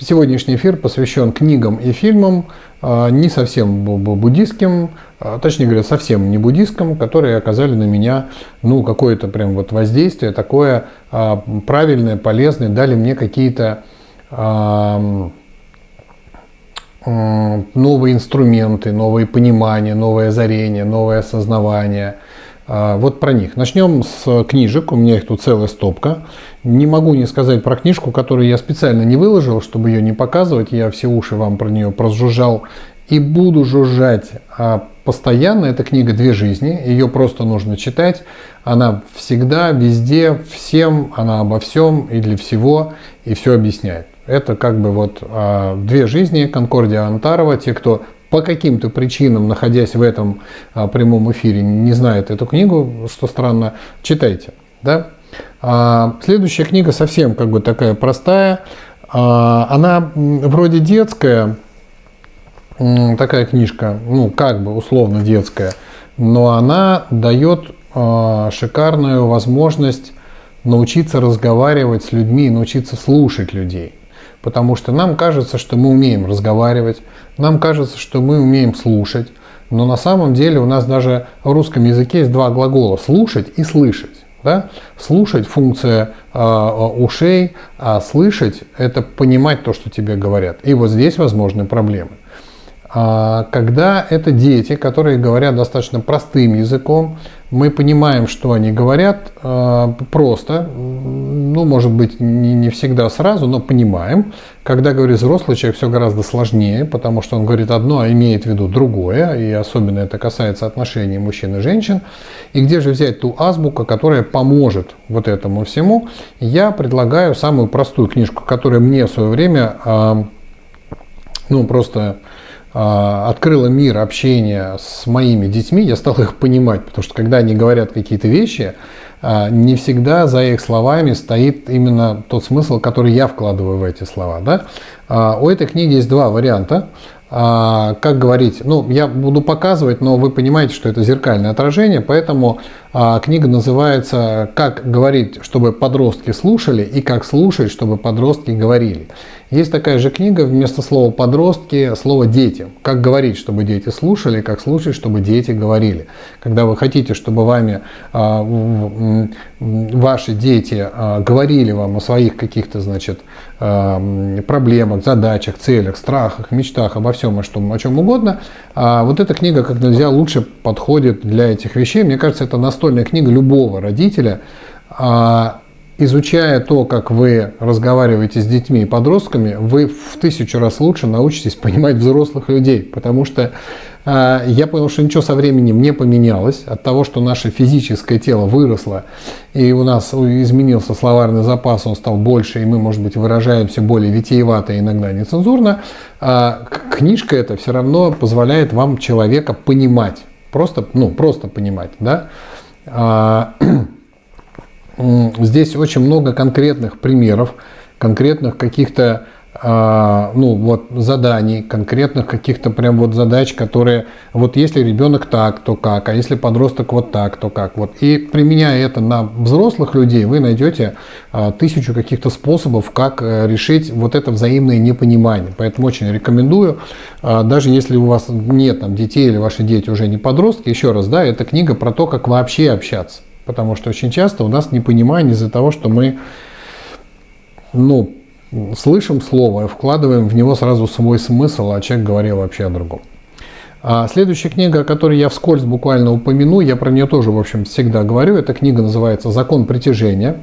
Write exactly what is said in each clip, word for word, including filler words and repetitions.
Сегодняшний эфир посвящен книгам и фильмам, не совсем буддистским, точнее говоря, совсем не буддистским, которые оказали на меня ну, какое-то прям вот воздействие такое правильное, полезное, дали мне какие-то новые инструменты, новые понимания, новое озарение, новое осознавание. Вот про них. Начнем с книжек. У меня их тут целая стопка. Не могу не сказать про книжку, которую я специально не выложил, чтобы ее не показывать. Я все уши вам про нее прожужжал и буду жужжать постоянно. Это книга «Две жизни». Ее просто нужно читать. Она всегда, везде, всем, она обо всем и для всего, и все объясняет. Это как бы вот «Две жизни» Конкордия Антарова. Те, кто по каким-то причинам, находясь в этом а, прямом эфире, не знает эту книгу, что странно, читайте. Да? А, следующая книга совсем как бы такая простая. А, она вроде детская, такая книжка, ну как бы условно детская, но она дает а, шикарную возможность научиться разговаривать с людьми, научиться слушать людей. Потому что нам кажется, что мы умеем разговаривать, нам кажется, что мы умеем слушать, но на самом деле у нас даже в русском языке есть два глагола – слушать и слышать. Да? Слушать – функция э, ушей, а слышать – это понимать то, что тебе говорят. И вот здесь возможны проблемы. А когда это дети, которые говорят достаточно простым языком, мы понимаем, что они говорят э, просто, ну, может быть, не, не всегда сразу, но понимаем. Когда говорит взрослый человек, все гораздо сложнее, потому что он говорит одно, а имеет в виду другое, и особенно это касается отношений мужчин и женщин. И где же взять ту азбуку, которая поможет вот этому всему? Я предлагаю самую простую книжку, которая мне в свое время, э, ну, просто... открыла мир общения с моими детьми, я стал их понимать, потому что когда они говорят какие-то вещи, не всегда за их словами стоит именно тот смысл, который я вкладываю в эти слова. Да? У этой книги есть два варианта. Как говорить, ну, я буду показывать, но вы понимаете, что это зеркальное отражение, поэтому а, книга называется «Как говорить, чтобы подростки слушали» и «Как слушать, чтобы подростки говорили». Есть такая же книга, вместо слова «подростки» слово «дети». Как говорить, чтобы дети слушали, как слушать, чтобы дети говорили. Когда вы хотите, чтобы вами а, ваши дети а, говорили вам о своих каких-то, значит, а, проблемах, задачах, целях, страхах, мечтах, обо всем, о, чем, о чем угодно, а, вот эта книга как нельзя лучше подходит для этих вещей. Мне кажется, это настольная книга любого родителя. А, изучая то, как вы разговариваете с детьми и подростками, вы в тысячу раз лучше научитесь понимать взрослых людей, потому что э, я понял, что ничего со временем не поменялось от того, что наше физическое тело выросло, и у нас изменился словарный запас, он стал больше, и мы, может быть, выражаемся более витиевато и иногда нецензурно. Э, книжка эта все равно позволяет вам человека понимать, просто, ну, просто понимать, да. Э, Здесь очень много конкретных примеров, конкретных каких-то э, ну, вот, заданий, конкретных каких-то прям вот задач, которые вот если ребенок так, то как, а если подросток вот так, то как. Вот. И применяя это на взрослых людей, вы найдете э, тысячу каких-то способов, как э, решить вот это взаимное непонимание. Поэтому очень рекомендую, э, даже если у вас нет там, детей или ваши дети уже не подростки, еще раз, да, это книга про то, как вообще общаться. Потому что очень часто у нас непонимание из-за того, что мы ну, слышим слово, вкладываем в него сразу свой смысл, а человек говорил вообще о другом. А следующая книга, о которой я вскользь буквально упомяну, я про нее тоже, в общем, всегда говорю. Эта книга называется «Закон притяжения».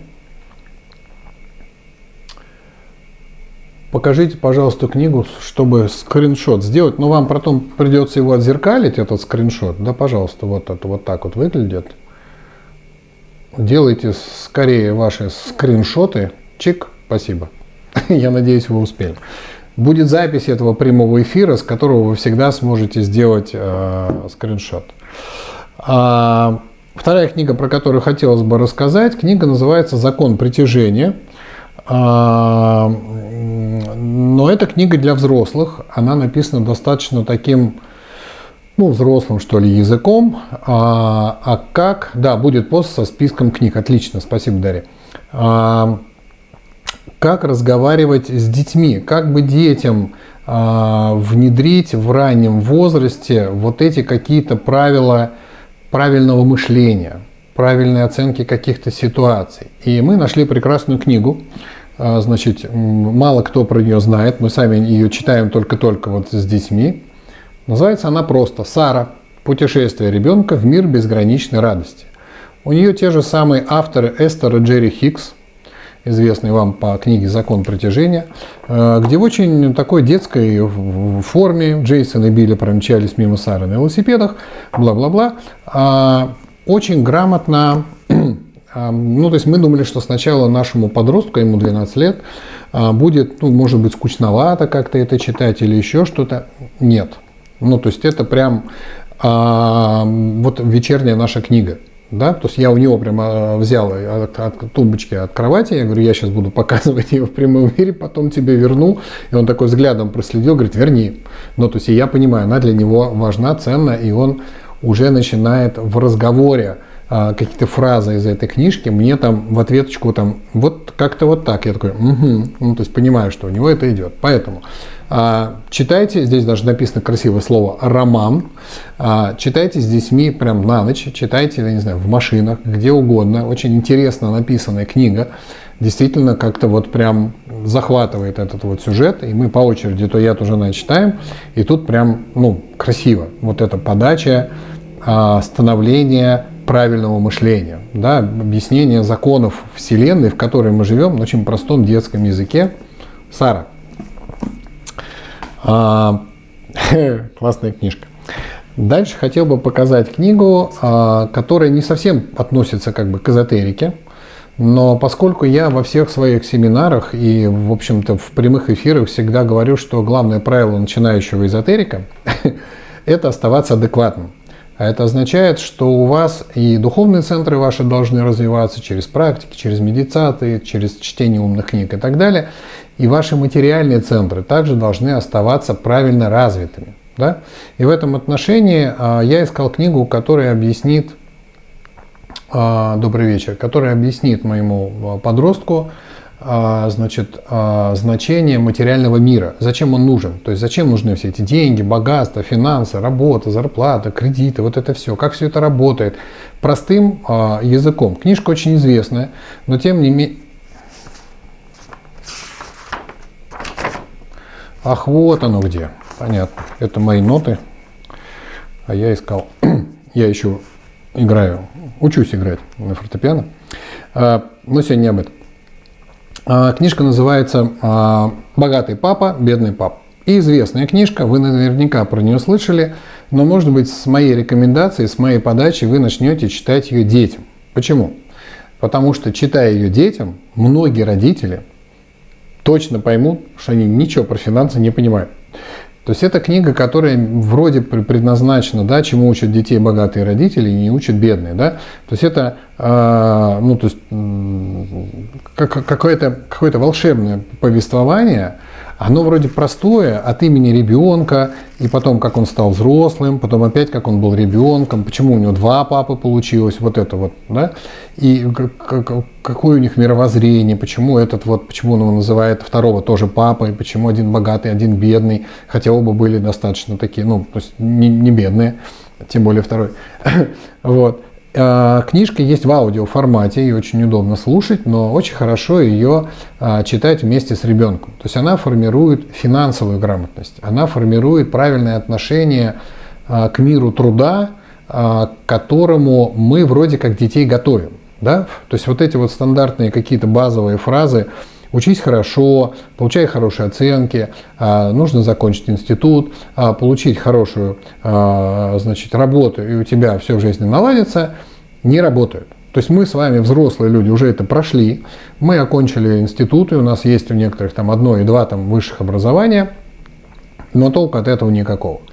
Покажите, пожалуйста, книгу, чтобы скриншот сделать. Но вам потом придется его отзеркалить, этот скриншот. Да, пожалуйста, вот это вот так вот выглядит. Делайте скорее ваши скриншоты. Чик, спасибо. Я надеюсь, вы успели. Будет запись этого прямого эфира, с которого вы всегда сможете сделать э, скриншот. А, вторая книга, про которую хотелось бы рассказать, книга называется «Закон притяжения». А, но это книга для взрослых. Она написана достаточно таким... ну, взрослым, что ли, языком. А, а как? Да, будет пост со списком книг. Отлично, спасибо, Дарья. А, как разговаривать с детьми, как бы детям э, внедрить в раннем возрасте вот эти какие-то правила правильного мышления, правильной оценки каких-то ситуаций. И мы нашли прекрасную книгу. Значит, мало кто про нее знает, мы сами ее читаем только-только вот с детьми. Называется она просто «Сара. Путешествие ребенка в мир безграничной радости». У нее те же самые авторы Эстер и Джерри Хикс, известный вам по книге «Закон притяжения», где в очень такой детской форме Джейсон и Билли промчались мимо Сары на велосипедах, бла-бла-бла, очень грамотно. Ну, то есть мы думали, что сначала нашему подростку, ему двенадцать лет, будет, ну, может быть, скучновато как-то это читать или еще что-то. Нет. Ну, то есть это прям а, вот вечерняя наша книга. Да? То есть я у него прямо взял от, от тумбочки, от кровати, я говорю, я сейчас буду показывать ее в прямом эфире, потом тебе верну. И он такой взглядом проследил, говорит, верни. Ну, то есть я понимаю, она для него важна, ценна, и он уже начинает в разговоре какие-то фразы из этой книжки, мне там в ответочку там вот как-то вот так. Я такой, угу. Ну, то есть понимаю, что у него это идет. Поэтому а, читайте, здесь даже написано красивое слово «роман». А, читайте с детьми прям на ночь, читайте, я не знаю, в машинах, где угодно. Очень интересно написанная книга. Действительно, как-то вот прям захватывает этот вот сюжет. И мы по очереди то я, то жена читаем. И тут прям, ну, красиво. Вот эта подача, а, становление правильного мышления, да, объяснение законов Вселенной, в которой мы живем, на очень простом детском языке. Сара. А, классная книжка. Дальше хотел бы показать книгу, а, которая не совсем относится как бы к эзотерике, но поскольку я во всех своих семинарах и, в общем-то, в прямых эфирах всегда говорю, что главное правило начинающего эзотерика – это оставаться адекватным. А это означает, что у вас и духовные центры ваши должны развиваться через практики, через медитации, через чтение умных книг и так далее. И ваши материальные центры также должны оставаться правильно развитыми. Да? И в этом отношении а, я искал книгу, которая объяснит, а, добрый вечер, которая объяснит моему подростку, значит, значение материального мира, зачем он нужен, то есть зачем нужны все эти деньги, богатство, финансы, работа, зарплата, кредиты, вот это все, как все это работает простым языком. Книжка очень известная, но тем не менее... Ах, вот оно где, понятно, это мои ноты, а я искал, я еще играю, учусь играть на фортепиано, но сегодня не об этом. Книжка называется «Богатый папа, бедный папа». И известная книжка, вы наверняка про нее слышали, но, может быть, с моей рекомендацией, с моей подачи вы начнете читать ее детям. Почему? Потому что, читая ее детям, многие родители точно поймут, что они ничего про финансы не понимают. То есть это книга, которая вроде предназначена, да, чему учат детей богатые родители и не учат бедные, да. То есть это, э, ну, то есть, как, какое-то, какое-то волшебное повествование, оно вроде простое, от имени ребенка, и потом, как он стал взрослым, потом опять, как он был ребенком, почему у него два папы получилось, вот это вот, да, и какое у них мировоззрение, почему этот вот, почему он его называет второго тоже папой, почему один богатый, один бедный, хотя оба были достаточно такие, ну, то есть не, не бедные, тем более второй, вот. Книжка есть в аудиоформате, ее очень удобно слушать, но очень хорошо ее читать вместе с ребенком. То есть она формирует финансовую грамотность, она формирует правильное отношение к миру труда, к которому мы вроде как детей готовим. Да? То есть вот эти вот стандартные какие-то базовые фразы: учись хорошо, получай хорошие оценки, нужно закончить институт, получить хорошую, значит, работу, и у тебя все в жизни наладится, не работают. То есть мы с вами, взрослые люди, уже это прошли, мы окончили институт, и у нас есть у некоторых там одно и два там высших образования, но толку от этого никакого.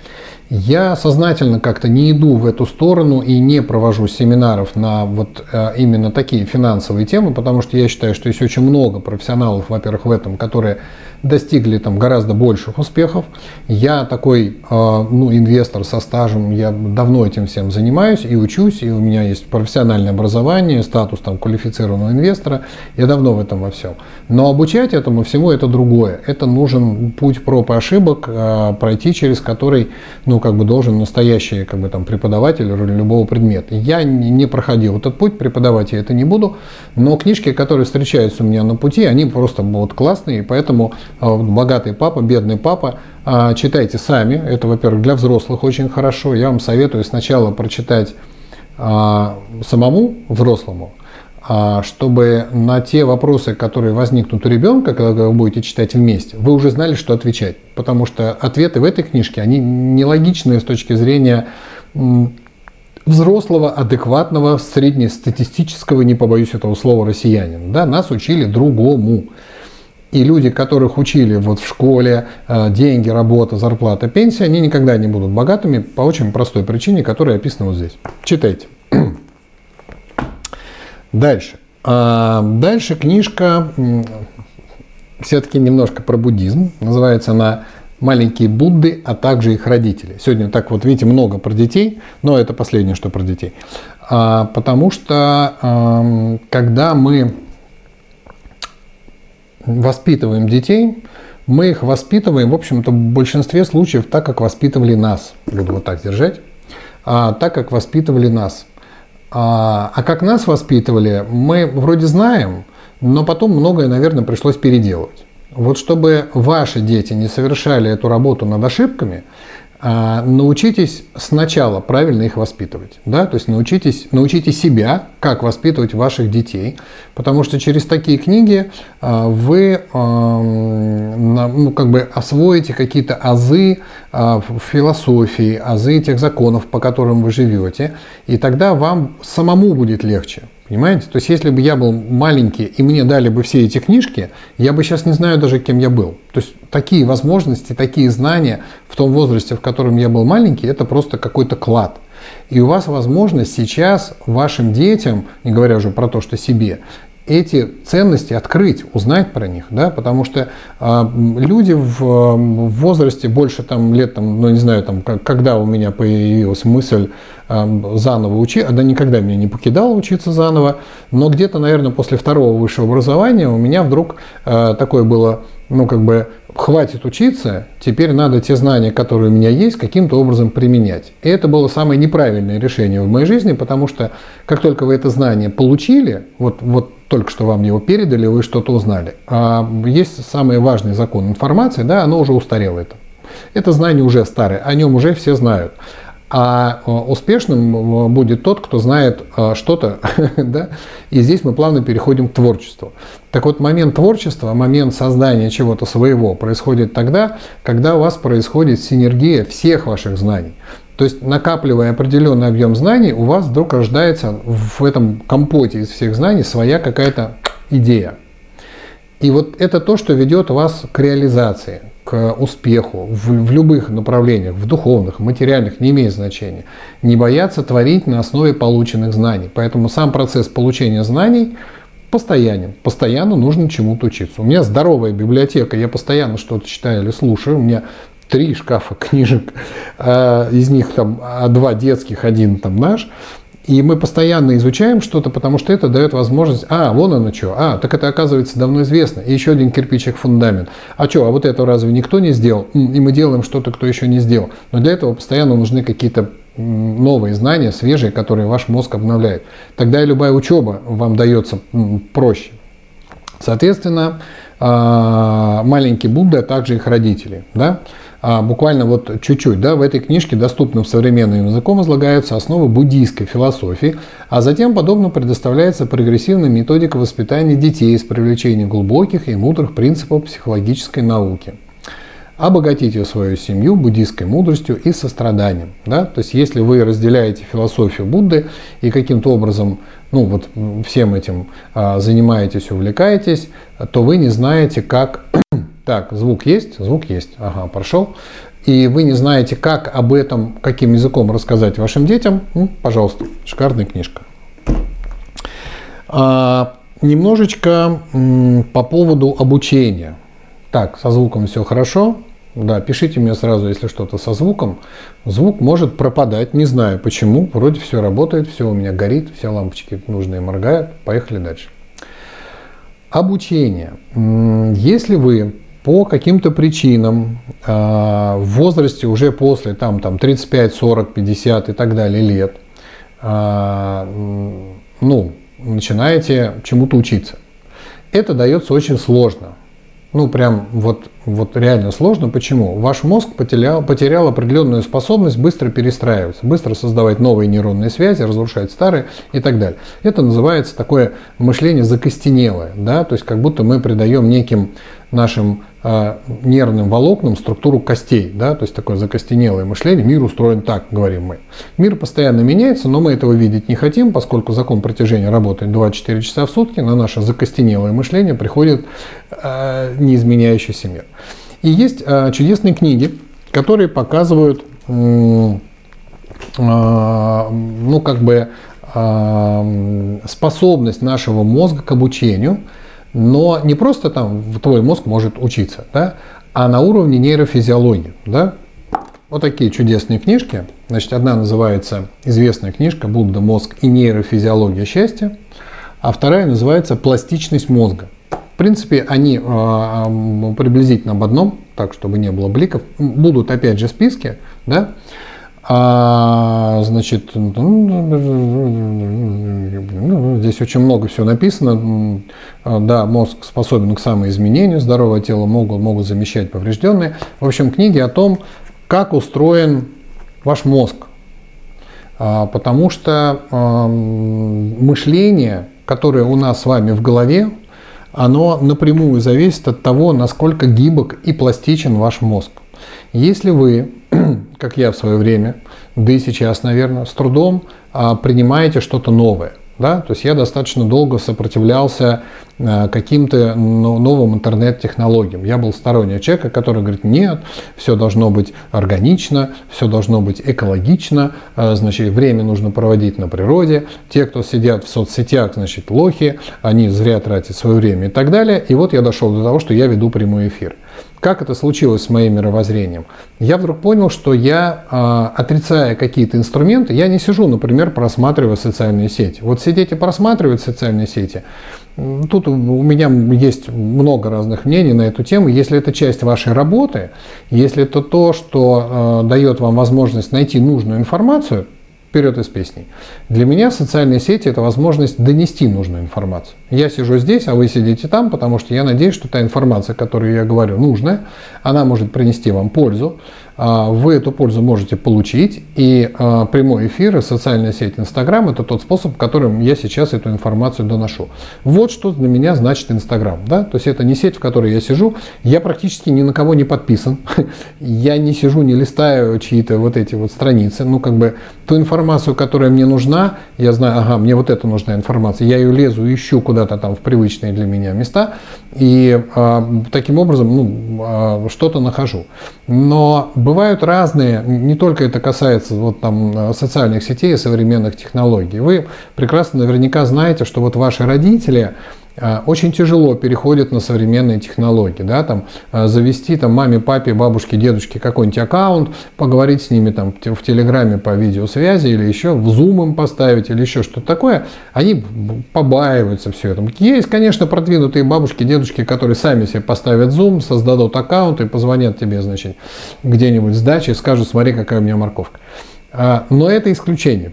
Я сознательно как-то не иду в эту сторону и не провожу семинаров на вот э, именно такие финансовые темы, потому что я считаю, что есть очень много профессионалов, во-первых, в этом, которые достигли там гораздо больших успехов. Я такой э, ну, инвестор со стажем, я давно этим всем занимаюсь и учусь, и у меня есть профессиональное образование, статус там квалифицированного инвестора, я давно в этом во всем. Но обучать этому всему это другое. Это нужен путь проб и ошибок, э, пройти через который, ну, как бы должен настоящий как бы, там, преподаватель любого предмета. Я не проходил этот путь, преподавать я это не буду, но книжки, которые встречаются у меня на пути, они просто вот классные, поэтому «Богатый папа», «Бедный папа» читайте сами. Это, во-первых, для взрослых очень хорошо. Я вам советую сначала прочитать самому взрослому, чтобы на те вопросы, которые возникнут у ребенка, когда вы будете читать вместе, вы уже знали, что отвечать. Потому что ответы в этой книжке, они нелогичные с точки зрения взрослого, адекватного, среднестатистического, не побоюсь этого слова, россиянина. Да, нас учили другому. И люди, которых учили вот в школе, деньги, работа, зарплата, пенсия, они никогда не будут богатыми по очень простой причине, которая описана вот здесь. Читайте. Дальше. Дальше книжка все-таки немножко про буддизм. Называется она «Маленькие Будды, а также их родители». Сегодня так вот видите много про детей, но это последнее, что про детей. Потому что когда мы воспитываем детей, мы их воспитываем, в общем-то, в большинстве случаев так, как воспитывали нас. Буду вот так держать. А, так, как воспитывали нас. А, а как нас воспитывали, мы вроде знаем, но потом многое, наверное, пришлось переделывать. Вот чтобы ваши дети не совершали эту работу над ошибками, научитесь сначала правильно их воспитывать. Да? То есть научитесь, научите себя, как воспитывать ваших детей, потому что через такие книги вы ну, как бы освоите какие-то азы философии, азы тех законов, по которым вы живете, и тогда вам самому будет легче. Понимаете? То есть, если бы я был маленький, и мне дали бы все эти книжки, я бы сейчас не знаю даже, кем я был. То есть, такие возможности, такие знания в том возрасте, в котором я был маленький, это просто какой-то клад. И у вас возможность сейчас вашим детям, не говоря уже про то, что себе, эти ценности открыть, узнать про них, да, потому что э, люди в, в возрасте больше там, лет, там, ну не знаю, там, как, когда у меня появилась мысль э, заново учить, она никогда меня не покидала учиться заново, но где-то, наверное, после второго высшего образования у меня вдруг э, такое было, ну как бы, хватит учиться, теперь надо те знания, которые у меня есть, каким-то образом применять. И это было самое неправильное решение в моей жизни, потому что как только вы это знание получили, вот, вот только что вам его передали, вы что-то узнали. А есть самый важный закон информации, да, оно уже устарело. Это, это знание уже старое, о нем уже все знают. А успешным будет тот, кто знает что-то, да? И здесь мы плавно переходим к творчеству. Так вот, момент творчества, момент создания чего-то своего происходит тогда, когда у вас происходит синергия всех ваших знаний. То есть, накапливая определенный объем знаний, у вас вдруг рождается в этом компоте из всех знаний своя какая-то идея. И вот это то, что ведет вас к реализации, к успеху в, в любых направлениях, в духовных, материальных, не имеет значения. Не бояться творить на основе полученных знаний. Поэтому сам процесс получения знаний постоянен. Постоянно нужно чему-то учиться. У меня здоровая библиотека, я постоянно что-то читаю или слушаю. У меня три шкафа книжек, из них там два детских, один там наш. И мы постоянно изучаем что-то, потому что это дает возможность, а, вон оно что, а, так это оказывается давно известно, и еще один кирпичик в фундамент. А что, а вот это разве никто не сделал? И мы делаем что-то, кто еще не сделал. Но для этого постоянно нужны какие-то новые знания, свежие, которые ваш мозг обновляет. Тогда и любая учеба вам дается проще. Соответственно, маленький Будда, а также их родители, да? А буквально вот чуть-чуть, да, в этой книжке доступным современным языком излагаются основы буддийской философии, а затем подобно предоставляется прогрессивная методика воспитания детей с привлечением глубоких и мудрых принципов психологической науки. Обогатите свою семью буддийской мудростью и состраданием. Да? То есть, если вы разделяете философию Будды и каким-то образом, ну вот всем этим а, занимаетесь, увлекаетесь, то вы не знаете, как... Так, звук есть? Звук есть. Ага, прошел. и вы не знаете, как об этом, каким языком рассказать вашим детям, ну, пожалуйста, шикарная книжка. А, немножечко м, по поводу обучения. Так, со звуком все хорошо. Да, пишите мне сразу, если что-то со звуком. Звук может пропадать, не знаю почему. Вроде все работает, все у меня горит, все лампочки нужные моргают. Поехали дальше. Обучение. Если вы по каким-то причинам э, в возрасте уже после там, там, тридцать пять, сорок, пятьдесят и так далее лет э, ну, начинаете чему-то учиться, это дается очень сложно. Ну, прям вот, вот реально сложно. Почему? Ваш мозг потерял, потерял определенную способность быстро перестраиваться, быстро создавать новые нейронные связи, разрушать старые и так далее. Это называется такое мышление закостенелое, да? То есть как будто мы придаем неким нашим э, нервным волокнам структуру костей, да? То есть такое закостенелое мышление. Мир устроен так, говорим мы. Мир постоянно меняется, но мы этого видеть не хотим, поскольку закон притяжения работает двадцать четыре часа в сутки, на наше закостенелое мышление приходит э, неизменяющийся мир. И есть э, чудесные книги, которые показывают, э, э, ну как бы э, способность нашего мозга к обучению. Но не просто там твой мозг может учиться, да, а на уровне нейрофизиологии. Да? Вот такие чудесные книжки. Значит, одна называется, известная книжка «Будда, мозг и нейрофизиология счастья», а вторая называется «Пластичность мозга». В принципе, они э, приблизительно об одном, так, чтобы не было бликов. Будут, опять же, списки, да. А, значит, ну, здесь очень много всего написано. Да, мозг способен к самоизменению, здоровое тело могут, могут замещать поврежденные. В общем, книги о том, как устроен ваш мозг. А, потому что а, мышление, которое у нас с вами в голове, оно напрямую зависит от того, насколько гибок и пластичен ваш мозг. Если вы, как я в свое время, да и сейчас, наверное, с трудом а, принимаете что-то новое, да? То есть я достаточно долго сопротивлялся а, каким-то ну, новым интернет-технологиям. Я был сторонник человека, который говорит, нет, все должно быть органично, все должно быть экологично, а, значит, время нужно проводить на природе. Те, кто сидят в соцсетях, значит, лохи, они зря тратят свое время и так далее. И вот я дошел до того, что я веду прямой эфир. Как это случилось с моим мировоззрением? Я вдруг понял, что я, э, отрицая какие-то инструменты, я не сижу, например, просматривая социальные сети. Вот сидеть и просматривать социальные сети, тут у меня есть много разных мнений на эту тему. Если это часть вашей работы, если это то, что э, дает вам возможность найти нужную информацию, вперед из песней. Для меня социальные сети – это возможность донести нужную информацию. Я сижу здесь, а вы сидите там, потому что я надеюсь, что та информация, которую я говорю, нужная, она может принести вам пользу. Вы эту пользу можете получить, и прямой эфир и социальная сеть Инстаграм – это тот способ, которым я сейчас эту информацию доношу. Вот что для меня значит Инстаграм. Да? То есть это не сеть, в которой я сижу, я практически ни на кого не подписан, я не сижу, не листаю чьи-то вот эти вот страницы, ну как бы ту информацию, которая мне нужна, я знаю, ага, мне вот это нужна информация, я ее лезу, ищу куда-то там в привычные для меня места, и а, таким образом ну, а, что-то нахожу. Но бывают разные, не только это касается вот, там, социальных сетей и современных технологий. Вы прекрасно наверняка знаете, что вот ваши родители очень тяжело переходят на современные технологии. Да? Там, завести там, маме, папе, бабушке, дедушке какой-нибудь аккаунт, поговорить с ними там, в Телеграме по видеосвязи или еще в Zoom им поставить или еще что-то такое, они побаиваются все это. Есть, конечно, продвинутые бабушки, дедушки, которые сами себе поставят Zoom, создадут аккаунт и позвонят тебе, значит, где-нибудь с дачи и скажут, смотри, какая у меня морковка. Но это исключение.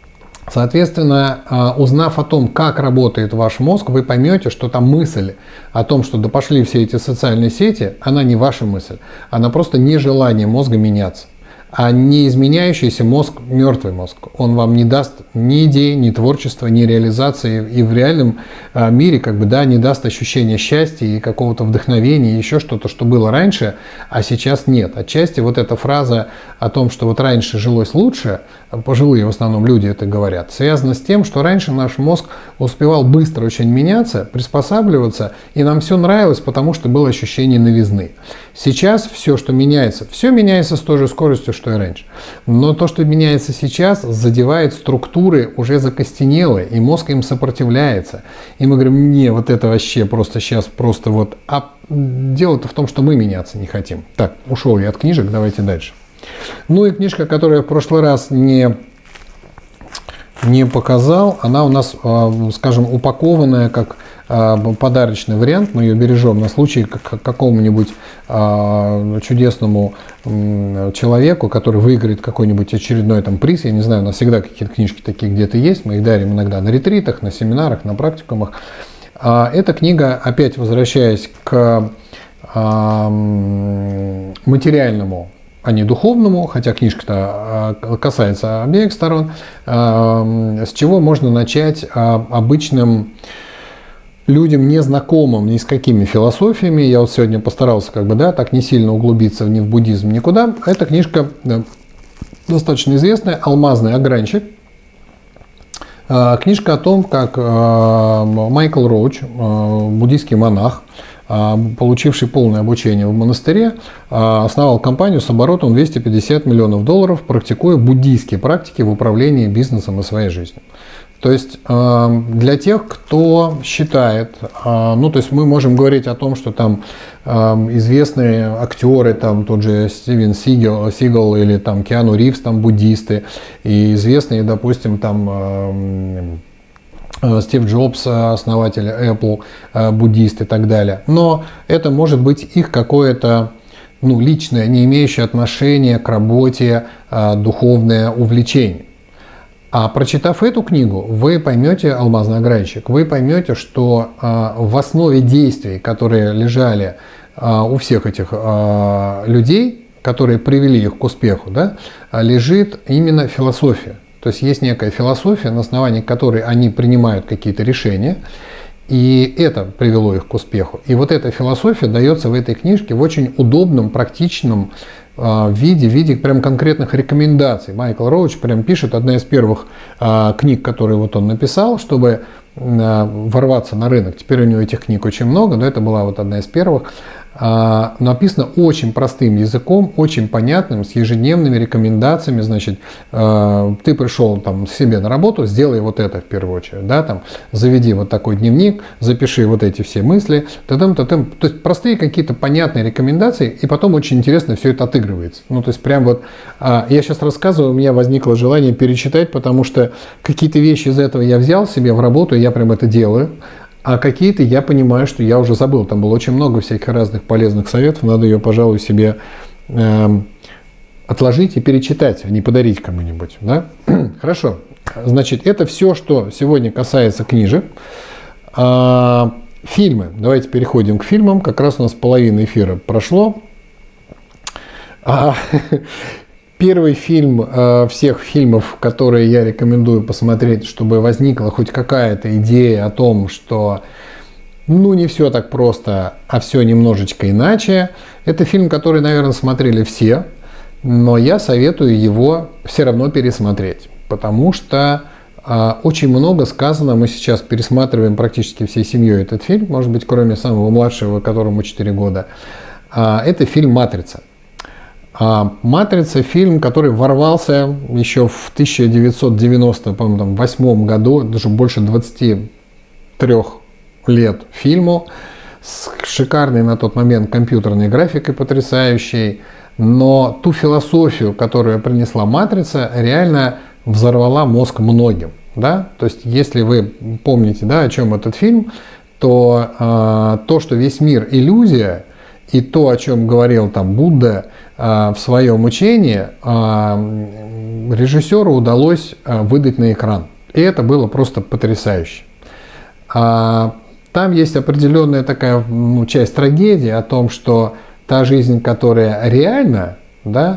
Соответственно, узнав о том, как работает ваш мозг, вы поймете, что там мысль о том, что да пошли все эти социальные сети, она не ваша мысль, она просто нежелание мозга меняться. А не изменяющийся мозг – мертвый мозг. Он вам не даст ни идей, ни творчества, ни реализации. И в реальном мире как бы, да, не даст ощущения счастья и какого-то вдохновения, еще что-то, что было раньше, а сейчас нет. Отчасти вот эта фраза о том, что вот раньше жилось лучше, пожилые в основном люди это говорят, связана с тем, что раньше наш мозг успевал быстро очень меняться, приспосабливаться, и нам все нравилось, потому что было ощущение новизны. Сейчас все, что меняется, все меняется с той же скоростью, что и раньше. Но то, что меняется сейчас, задевает структуры уже закостенелые, и мозг им сопротивляется. И мы говорим, не, вот это вообще просто сейчас просто вот... А дело-то в том, что мы меняться не хотим. Так, ушел я от книжек, давайте дальше. Ну и книжка, которую я в прошлый раз не... не показал, она у нас, скажем, упакованная как подарочный вариант, мы ее бережем на случай к какому-нибудь чудесному человеку, который выиграет какой-нибудь очередной там приз. Я не знаю, у нас всегда какие-то книжки такие где-то есть, мы их дарим иногда на ретритах, на семинарах, на практикумах. Эта книга, опять возвращаясь к материальному, а не духовному, хотя книжка-то касается обеих сторон, с чего можно начать обычным людям, незнакомым ни с какими философиями. Я вот сегодня постарался как бы, да, так не сильно углубиться ни в буддизм, никуда. Эта книжка да, достаточно известная, «Алмазный огранщик». Книжка о том, как Майкл Роуч, буддийский монах, получивший полное обучение в монастыре, основал компанию с оборотом двести пятьдесят миллионов долларов, практикуя буддийские практики в управлении бизнесом и своей жизнью. То есть для тех, кто считает, ну то есть мы можем говорить о том, что там известные актеры, там тот же Стивен Сигал, Сигал или там Киану Ривз, там буддисты, и известные, допустим, там Стив Джобс, основатель Apple, буддист и так далее. Но это может быть их какое-то ну, личное, не имеющее отношения к работе, духовное увлечение. А прочитав эту книгу, вы поймете «Алмазный огранщик», вы поймете, что в основе действий, которые лежали у всех этих людей, которые привели их к успеху, да, лежит именно философия. То есть есть некая философия, на основании которой они принимают какие-то решения, и это привело их к успеху. И вот эта философия дается в этой книжке в очень удобном, практичном э, виде, в виде прям конкретных рекомендаций. Майкл Роуч прям пишет, одна из первых э, книг, которые вот он написал, чтобы э, ворваться на рынок. Теперь у него этих книг очень много, но это была вот одна из первых. Э, написано очень простым языком, очень понятным, с ежедневными рекомендациями. Значит, э, ты пришел там себе на работу, сделай вот это в первую очередь, да, там, заведи вот такой дневник, запиши вот эти все мысли, та-дам, та-дам. То есть простые какие-то понятные рекомендации, и потом очень интересно все это отыгрывается. Ну, то есть прям вот, э, я сейчас рассказываю, у меня возникло желание перечитать, потому что какие-то вещи из этого я взял себе в работу, и я прям это делаю. А какие-то я понимаю, что я уже забыл. Там было очень много всяких разных полезных советов. Надо ее, пожалуй, себе э, отложить и перечитать, а не подарить кому-нибудь. Да? Хорошо. Значит, это все, что сегодня касается книжек. А, фильмы. Давайте переходим к фильмам. Как раз у нас половина эфира прошло. А, Первый фильм э, всех фильмов, которые я рекомендую посмотреть, чтобы возникла хоть какая-то идея о том, что ну не все так просто, а все немножечко иначе. Это фильм, который, наверное, смотрели все, но я советую его все равно пересмотреть, потому что э, очень много сказано. Мы сейчас пересматриваем практически всей семьей этот фильм, может быть, кроме самого младшего, которому четыре года. Э, это фильм «Матрица». «Матрица» — фильм, который ворвался еще в тысяча девятьсот девяносто восьмом году, даже больше двадцати трёх лет фильму, с шикарной на тот момент компьютерной графикой потрясающей, но ту философию, которую принесла «Матрица», реально взорвала мозг многим. Да? То есть, если вы помните, да, о чем этот фильм, то э, то, что весь мир иллюзия, и то, о чем говорил там Будда э, в своем учении, э, режиссеру удалось э, выдать на экран. И это было просто потрясающе. А, там есть определенная такая ну, часть трагедии о том, что та жизнь, которая реальна, да,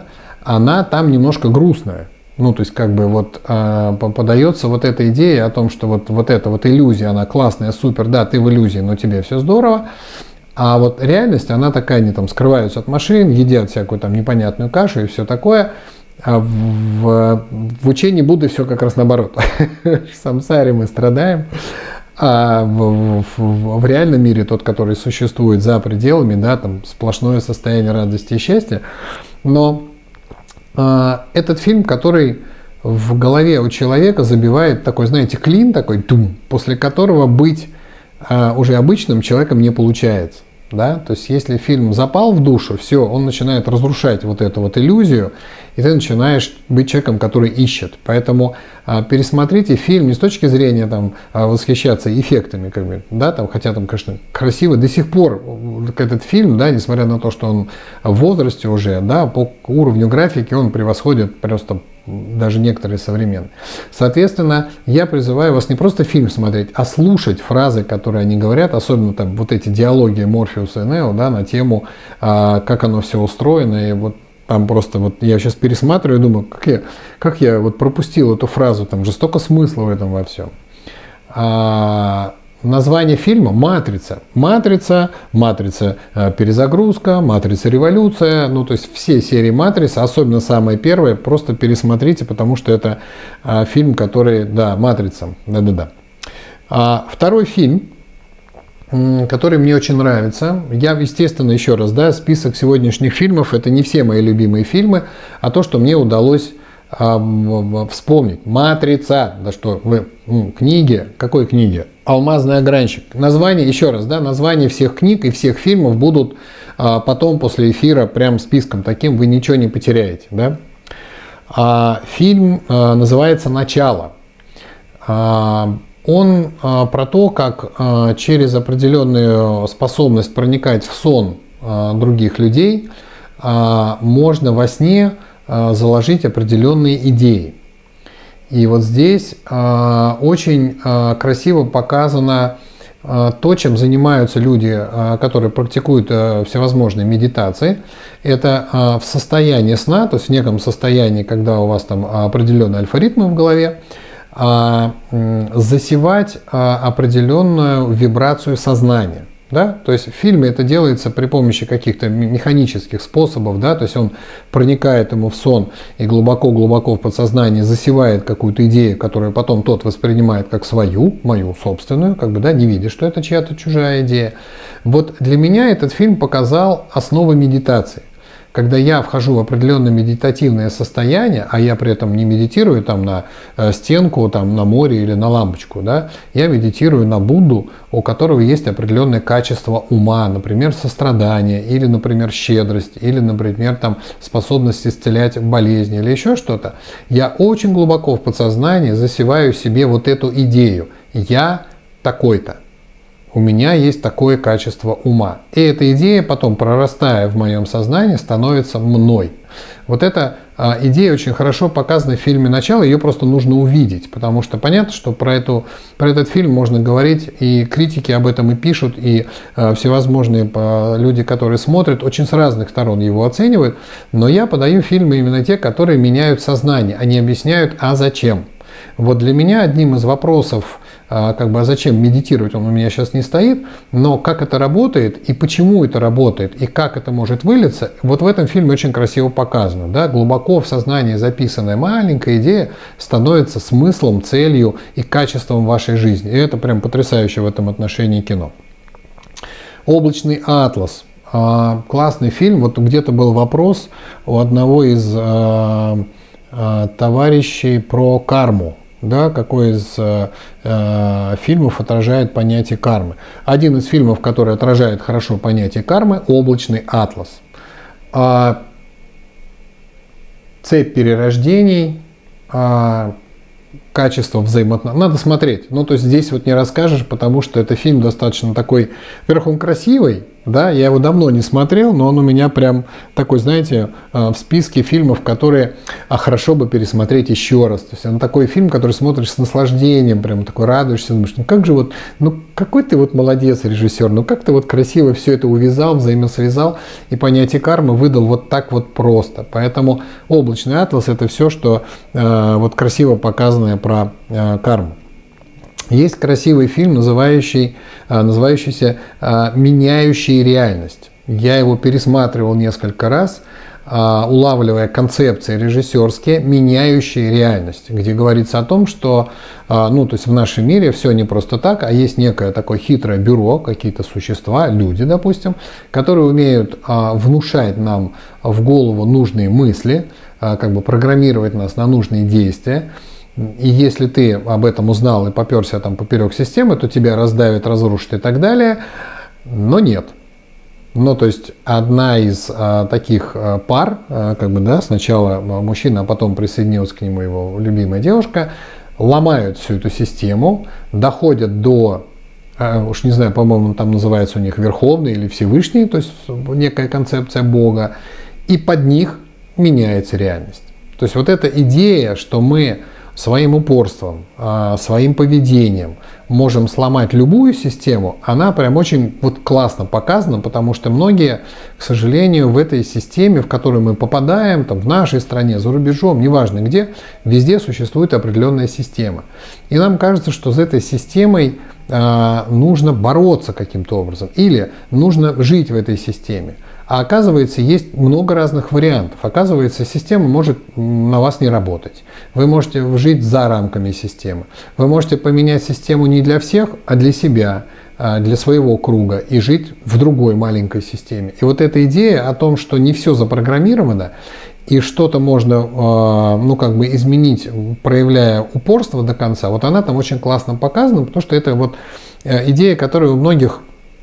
она там немножко грустная. Ну, то есть, как бы вот э, подается вот эта идея о том, что вот, вот эта вот иллюзия, она классная, супер, да, ты в иллюзии, но тебе все здорово. А вот реальность, она такая, они там скрываются от машин, едят всякую там непонятную кашу и все такое. А в, в, в учении Будды все как раз наоборот. В самсаре мы страдаем. А в, в, в реальном мире, тот, который существует за пределами, да, там сплошное состояние радости и счастья. Но а, этот фильм, который в голове у человека забивает такой, знаете, клин такой, тум, после которого быть а, уже обычным человеком не получается. Да? То есть, если фильм запал в душу, все, он начинает разрушать вот эту вот иллюзию, и ты начинаешь быть человеком, который ищет. Поэтому а, пересмотрите фильм не с точки зрения там, а, восхищаться эффектами, как бы, да, там, хотя там, конечно, красиво до сих пор этот фильм, да, несмотря на то, что он в возрасте уже, да, по уровню графики он превосходит просто даже некоторые современные. Соответственно, я призываю вас не просто фильм смотреть, а слушать фразы, которые они говорят, особенно там вот эти диалоги Морфеуса и Нео, да, на тему, а, как оно все устроено. И вот там просто вот я сейчас пересматриваю и думаю, как я, как я вот пропустил эту фразу, там же столько смысла в этом во всем. А, название фильма «Матрица». «Матрица», «Матрица. Перезагрузка», «Матрица. Революция». Ну, то есть все серии «Матрицы», особенно самая первая, просто пересмотрите, потому что это а, фильм, который, да, «Матрица». Да-да-да. А, второй фильм, который мне очень нравится. Я, естественно, еще раз, да, список сегодняшних фильмов, это не все мои любимые фильмы, а то, что мне удалось вспомнить. «Матрица». Да что вы, книги, какой книги? «Алмазный огранщик». Название, еще раз, да, название всех книг и всех фильмов будут а, потом после эфира прям списком таким, вы ничего не потеряете, да. А, фильм а, называется «Начало». А, он а, про то, как а, через определенную способность проникать в сон а, других людей а, можно во сне заложить определенные идеи. И вот здесь э, очень э, красиво показано э, то, чем занимаются люди, э, которые практикуют э, всевозможные медитации. Это э, в состоянии сна, то есть в неком состоянии, когда у вас там определенные альфа-ритмы в голове, э, э, засевать э, определенную вибрацию сознания. Да? То есть в фильме это делается при помощи каких-то механических способов, да? То есть он проникает ему в сон и глубоко-глубоко в подсознании засевает какую-то идею, которую потом тот воспринимает как свою, мою собственную, как бы, да, не видя, что это чья-то чужая идея. Вот для меня этот фильм показал основы медитации. Когда я вхожу в определенное медитативное состояние, а я при этом не медитирую там на стенку, там, на море или на лампочку, да, я медитирую на Будду, у которого есть определенное качество ума, например, сострадание, или, например, щедрость, или, например, там, способность исцелять болезни, или еще что-то. Я очень глубоко в подсознании засеваю себе вот эту идею. Я такой-то. У меня есть такое качество ума. И эта идея потом, прорастая в моем сознании, становится мной. Вот эта а, идея очень хорошо показана в фильме «Начало», ее просто нужно увидеть, потому что понятно, что про, эту, про этот фильм можно говорить, и критики об этом и пишут, и а, всевозможные а, люди, которые смотрят, очень с разных сторон его оценивают, но я подаю фильмы именно те, которые меняют сознание, они объясняют, а зачем. Вот для меня одним из вопросов, как бы, а зачем медитировать, он у меня сейчас не стоит, но как это работает и почему это работает и как это может вылиться, вот в этом фильме очень красиво показано. Да? Глубоко в сознании записанная маленькая идея становится смыслом, целью и качеством вашей жизни. И это прям потрясающе в этом отношении кино. «Облачный атлас». Классный фильм. Вот где-то был вопрос у одного из товарищей про карму. Да, какой из э, э, фильмов отражает понятие кармы. Один из фильмов, который отражает хорошо понятие кармы, «Облачный атлас». А, цепь перерождений, а, качество взаимоотношений. Надо смотреть. Ну, то есть здесь вот не расскажешь, потому что это фильм достаточно такой, во-первых, он красивый, Да, я его давно не смотрел, но он у меня прям такой, знаете, в списке фильмов, которые а, хорошо бы пересмотреть еще раз. То есть он такой фильм, который смотришь с наслаждением, прям такой радуешься, думаешь, ну как же вот, ну какой ты вот молодец, режиссер, ну как ты вот красиво все это увязал, взаимосвязал и понятие кармы выдал вот так вот просто. Поэтому «Облачный атлас» — это все, что э, вот красиво показанное про э, карму. Есть красивый фильм, называющий, называющийся «Меняющий реальность». Я его пересматривал несколько раз, улавливая концепции режиссерские, меняющие реальность, где говорится о том, что ну, то есть в нашем мире все не просто так, а есть некое такое хитрое бюро, какие-то существа, люди, допустим, которые умеют внушать нам в голову нужные мысли, как бы программировать нас на нужные действия. И если ты об этом узнал и попёрся там поперек системы, то тебя раздавят, разрушат и так далее. Но нет. Ну, то есть одна из а, таких а, пар, а, как бы, да, сначала мужчина, а потом присоединилась к нему его любимая девушка, ломают всю эту систему, доходят до, а, уж не знаю, по-моему, там называется у них Верховный или Всевышний, то есть некая концепция Бога, и под них меняется реальность. То есть вот эта идея, что мы своим упорством, своим поведением можем сломать любую систему, она прям очень вот классно показана, потому что многие, к сожалению, в этой системе, в которую мы попадаем, там, в нашей стране, за рубежом, неважно где, везде существует определенная система. И нам кажется, что с этой системой э, нужно бороться каким-то образом или нужно жить в этой системе. А оказывается, есть много разных вариантов. Оказывается, система может на вас не работать. Вы можете жить за рамками системы. Вы можете поменять систему не для всех, а для себя, для своего круга и жить в другой маленькой системе. И вот эта идея о том, что не все запрограммировано, и что-то можно ну, как бы изменить, проявляя упорство до конца, вот она там очень классно показана, потому что это вот идея, которая у многих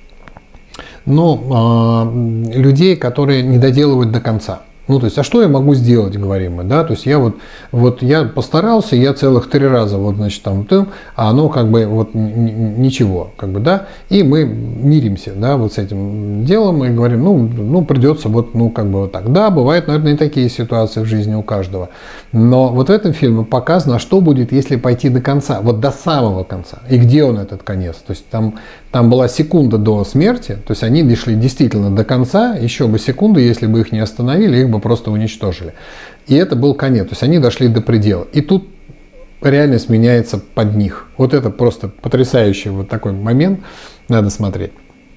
но э, людей, которые не доделывают до конца. Ну, то есть, а что я могу сделать, говорим мы, да, то есть, я вот, вот я постарался, я целых три раза, вот, значит, там, тым, а оно как бы вот ничего, как бы, да, и мы миримся, да, вот с этим делом и говорим, ну, ну, придется вот, ну, как бы вот так. Да, бывают, наверное, и такие ситуации в жизни у каждого, но вот в этом фильме показано, что будет, если пойти до конца, вот до самого конца, и где он этот конец, то есть, там, там была секунда до смерти, то есть, они дошли действительно до конца, еще бы секунду, если бы их не остановили, их бы просто уничтожили. И это был конец. То есть они дошли до предела. И тут реальность меняется под них. Вот это просто потрясающий вот такой момент. Надо смотреть.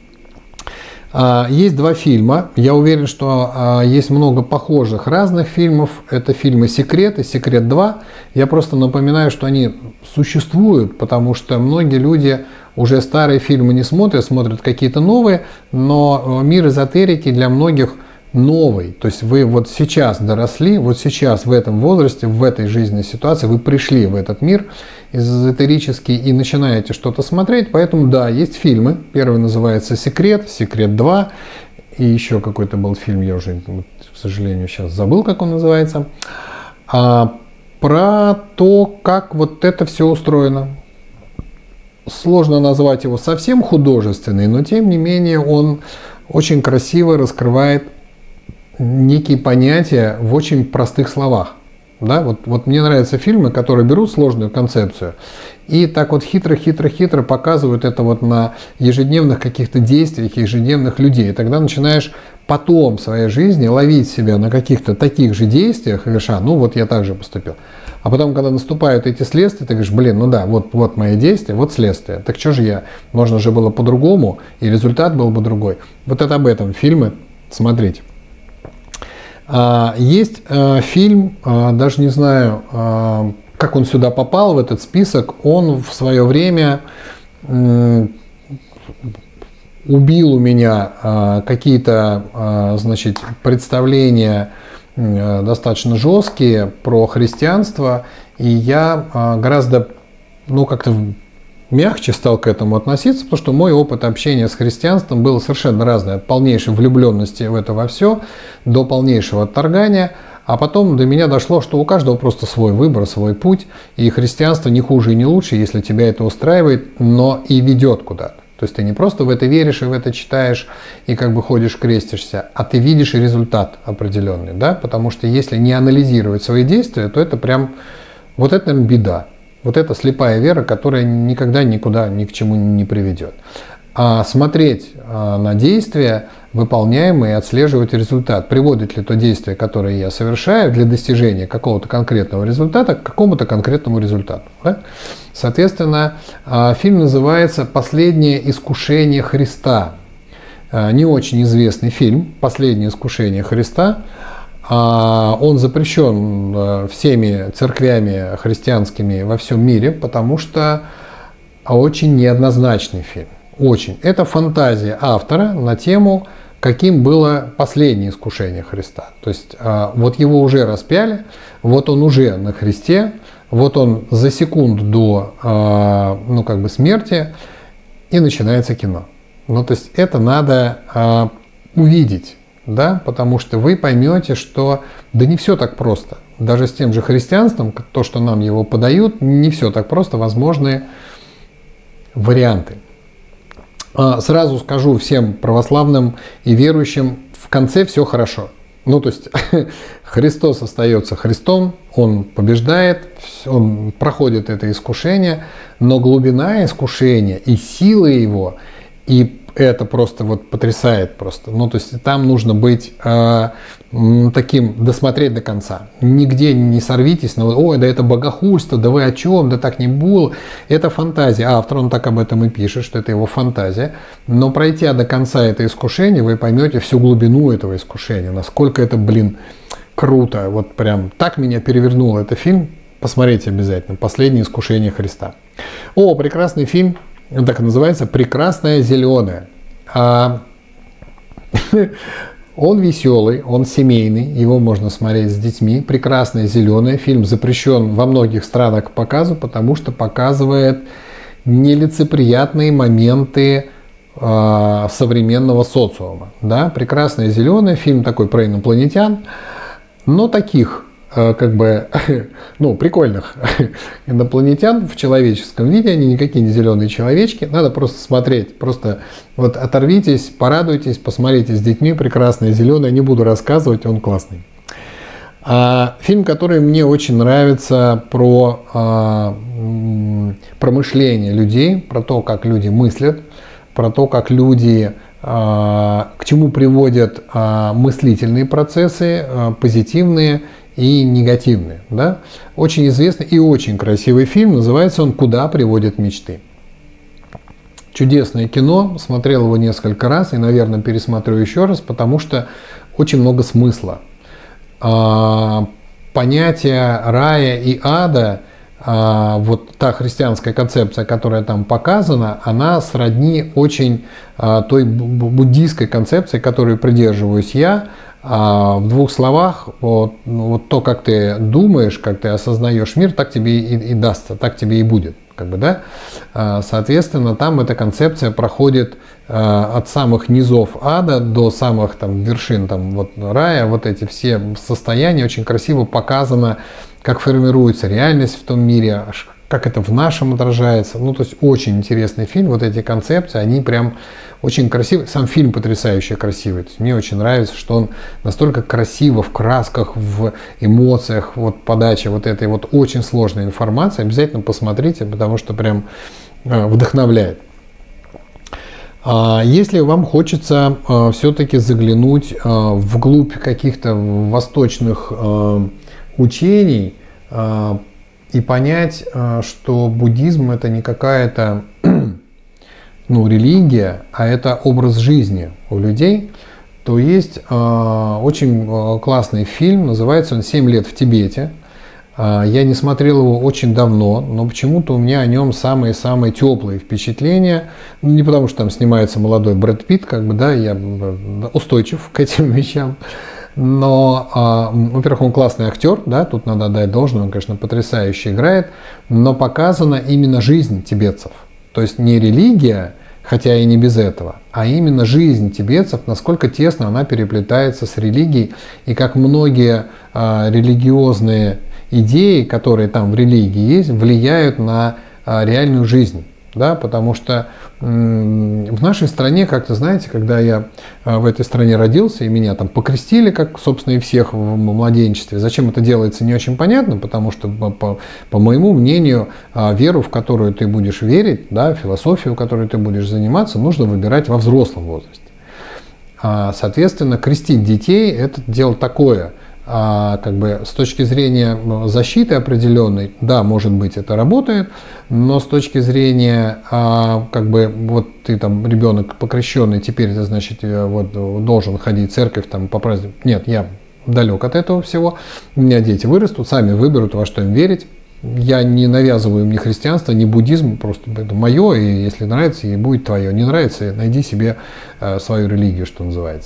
Есть два фильма. Я уверен, что есть много похожих разных фильмов. Это фильмы «Секрет» и «Секрет два». Я просто напоминаю, что они существуют, потому что многие люди уже старые фильмы не смотрят, смотрят какие-то новые, но мир эзотерики для многих новый. То есть вы вот сейчас доросли, вот сейчас в этом возрасте, в этой жизненной ситуации вы пришли в этот мир эзотерический и начинаете что-то смотреть. Поэтому да, есть фильмы. Первый называется «Секрет», «Секрет два». И еще какой-то был фильм, я уже, к сожалению, сейчас забыл, как он называется. А, про то, как вот это все устроено. Сложно назвать его совсем художественный, но тем не менее он очень красиво раскрывает некие понятия в очень простых словах. Да? Вот, вот мне нравятся фильмы, которые берут сложную концепцию и так вот хитро-хитро-хитро показывают это вот на ежедневных каких-то действиях ежедневных людей. И тогда начинаешь потом в своей жизни ловить себя на каких-то таких же действиях и говоришь, а, ну вот я так же поступил. А потом, когда наступают эти следствия, ты говоришь, блин, ну да, вот, вот мои действия, вот следствие. Так что же я? Можно же было по-другому, и результат был бы другой. Вот это об этом фильмы. Смотрите. Есть фильм, даже не знаю, как он сюда попал, в этот список. Он в свое время убил у меня какие-то, значит, представления достаточно жесткие про христианство, и я гораздо, ну, как-то мягче стал к этому относиться, потому что мой опыт общения с христианством был совершенно разный, от полнейшей влюбленности в это во все до полнейшего отторгания, а потом до меня дошло, что у каждого просто свой выбор, свой путь, и христианство не хуже и не лучше, если тебя это устраивает, но и ведет куда-то. То То есть ты не просто в это веришь и в это читаешь и как бы ходишь, крестишься, а ты видишь результат определенный, да, потому что если не анализировать свои действия, то это прям, вот это, наверное, беда. Вот это слепая вера, которая никогда никуда ни к чему не приведет. А смотреть на действия выполняемые и отслеживать результат. Приводит ли то действие, которое я совершаю для достижения какого-то конкретного результата, к какому-то конкретному результату. Да? Соответственно, фильм называется «Последнее искушение Христа». Не очень известный фильм «Последнее искушение Христа». Он запрещен всеми церквями христианскими во всем мире, потому что очень неоднозначный фильм. Очень. Это фантазия автора на тему, каким было последнее искушение Христа. То есть вот его уже распяли, вот он уже на кресте, вот он за секунду до ну, как бы смерти, и начинается кино. Ну, то есть это надо увидеть, да, потому что вы поймете, что да не все так просто. Даже с тем же христианством, то, что нам его подают, не все так просто, возможны варианты. Сразу скажу всем православным и верующим, в конце все хорошо. Ну, то есть Христос остается Христом, Он побеждает, Он проходит это искушение, но глубина искушения и силы его, и это просто вот потрясает просто. Ну, то есть там нужно быть э, таким, досмотреть до конца. Нигде не сорвитесь, но ой, да это богохульство, да вы о чем, да так не было. Это фантазия. Автор, он так об этом и пишет, что это его фантазия. Но пройдя до конца это искушение, вы поймете всю глубину этого искушения. Насколько это, блин, круто. Вот прям так меня перевернул этот фильм. Посмотрите обязательно. «Последнее искушение Христа». О, прекрасный фильм. Он так и называется «Прекрасное зеленое». А, он веселый, он семейный, его можно смотреть с детьми. «Прекрасное зеленое». Фильм запрещен во многих странах к показу, потому что показывает нелицеприятные моменты а, современного социума. Да? «Прекрасное зеленое», фильм такой про инопланетян, но таких как бы, ну, прикольных инопланетян в человеческом виде, они никакие не зеленые человечки, надо просто смотреть, просто вот оторвитесь, порадуйтесь, посмотрите с детьми «Прекрасное зеленое», не буду рассказывать, он классный. А, фильм, который мне очень нравится, про а, про мышление людей, про то, как люди мыслят, про то, как люди а, к чему приводят а, мыслительные процессы, а, позитивные и негативные. Да? Очень известный и очень красивый фильм, называется он «Куда приводят мечты». Чудесное кино, смотрел его несколько раз и, наверное, пересмотрю еще раз, потому что очень много смысла. Понятие рая и ада, вот та христианская концепция, которая там показана, она сродни очень той буддийской концепции, которой придерживаюсь я. А в двух словах, вот, вот то, как ты думаешь, как ты осознаешь мир, так тебе и, и дастся, так тебе и будет. Как бы, да? Соответственно, там эта концепция проходит от самых низов ада до самых там, вершин там, вот, рая. Вот эти все состояния очень красиво показано, как формируется реальность в том мире, как это в нашем отражается. Ну, то есть очень интересный фильм. Вот эти концепции, они прям очень красивые. Сам фильм потрясающе красивый. То есть мне очень нравится, что он настолько красиво в красках, в эмоциях, вот подача вот этой вот очень сложной информации. Обязательно посмотрите, потому что прям вдохновляет. Если вам хочется все-таки заглянуть вглубь каких-то восточных учений, и понять, что буддизм это не какая-то ну, религия, а это образ жизни у людей, то есть очень классный фильм, называется он «Семь лет в Тибете». Я не смотрел его очень давно, но почему-то у меня о нем самые-самые теплые впечатления. Не потому что там снимается молодой Брэд Питт, как бы, да, я устойчив к этим вещам. Но, во-первых, он классный актер, да, тут надо отдать должное, он, конечно, потрясающе играет, но показана именно жизнь тибетцев. То есть не религия, хотя и не без этого, а именно жизнь тибетцев, насколько тесно она переплетается с религией, и как многие а, религиозные идеи, которые там в религии есть, влияют на а, реальную жизнь. да, потому что м- в нашей стране, как-то, знаете, когда я а, в этой стране родился, и меня там покрестили, как, собственно, и всех в младенчестве, зачем это делается, не очень понятно, потому что, по, по моему мнению, а, веру, в которую ты будешь верить, да, философию, которой ты будешь заниматься, нужно выбирать во взрослом возрасте. А, соответственно, крестить детей – это дело такое. А, как бы с точки зрения защиты определенной, да, может быть, это работает, но с точки зрения, а, как бы, вот ты там ребенок покрещенный, теперь это значит, вот, должен ходить в церковь там по празднику. Нет, я далек от этого всего. У меня дети вырастут, сами выберут, во что им верить. Я не навязываю им ни христианство, ни буддизм, просто это мое, и если нравится, и будет твое. Не нравится, найди себе э, свою религию, что называется.